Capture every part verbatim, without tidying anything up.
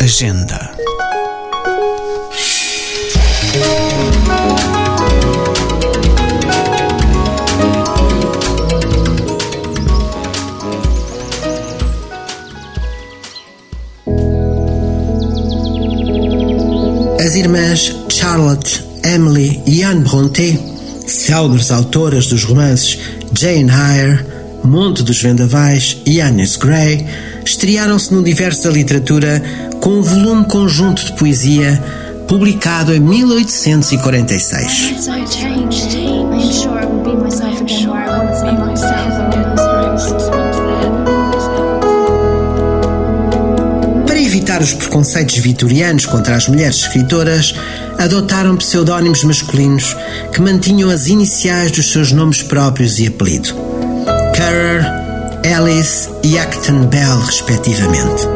Agenda. As irmãs Charlotte, Emily e Anne Brontë, célebres autoras dos romances Jane Eyre, Monte dos Vendavais e Agnes Grey, estrearam-se no universo da literatura com um volume conjunto de poesia publicado em mil oitocentos e quarenta e seis. Para evitar os preconceitos vitorianos contra as mulheres escritoras, adotaram pseudónimos masculinos que mantinham as iniciais dos seus nomes próprios e apelido: Currer, Alice e Acton Bell, respectivamente.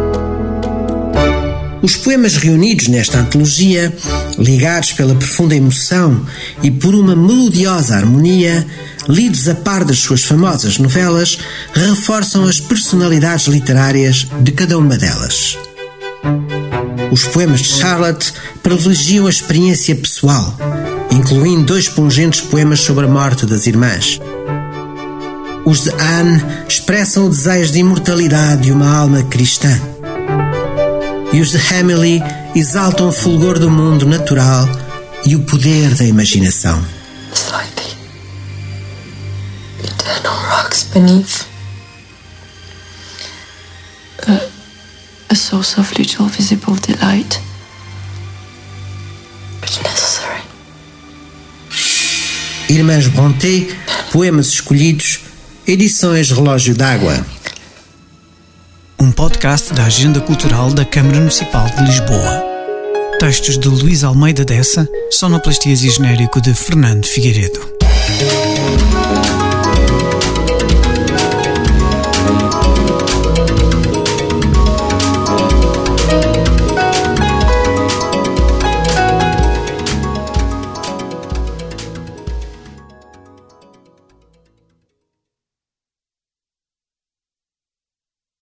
Os poemas reunidos nesta antologia, ligados pela profunda emoção e por uma melodiosa harmonia, lidos a par das suas famosas novelas, reforçam as personalidades literárias de cada uma delas. Os poemas de Charlotte privilegiam a experiência pessoal, incluindo dois pungentes poemas sobre a morte das irmãs. Os de Anne expressam o desejo de imortalidade de uma alma cristã. E os de Emily exaltam o fulgor do mundo natural e o poder da imaginação. It's like the eternal rocks beneath. A, a source of little visible delight, but necessary. Irmãs Brontë, poemas escolhidos, edições Relógio d'Água. Um podcast da Agenda Cultural da Câmara Municipal de Lisboa. Textos de Luís Almeida Dessa, sonoplastias e genérico de Fernando Figueiredo.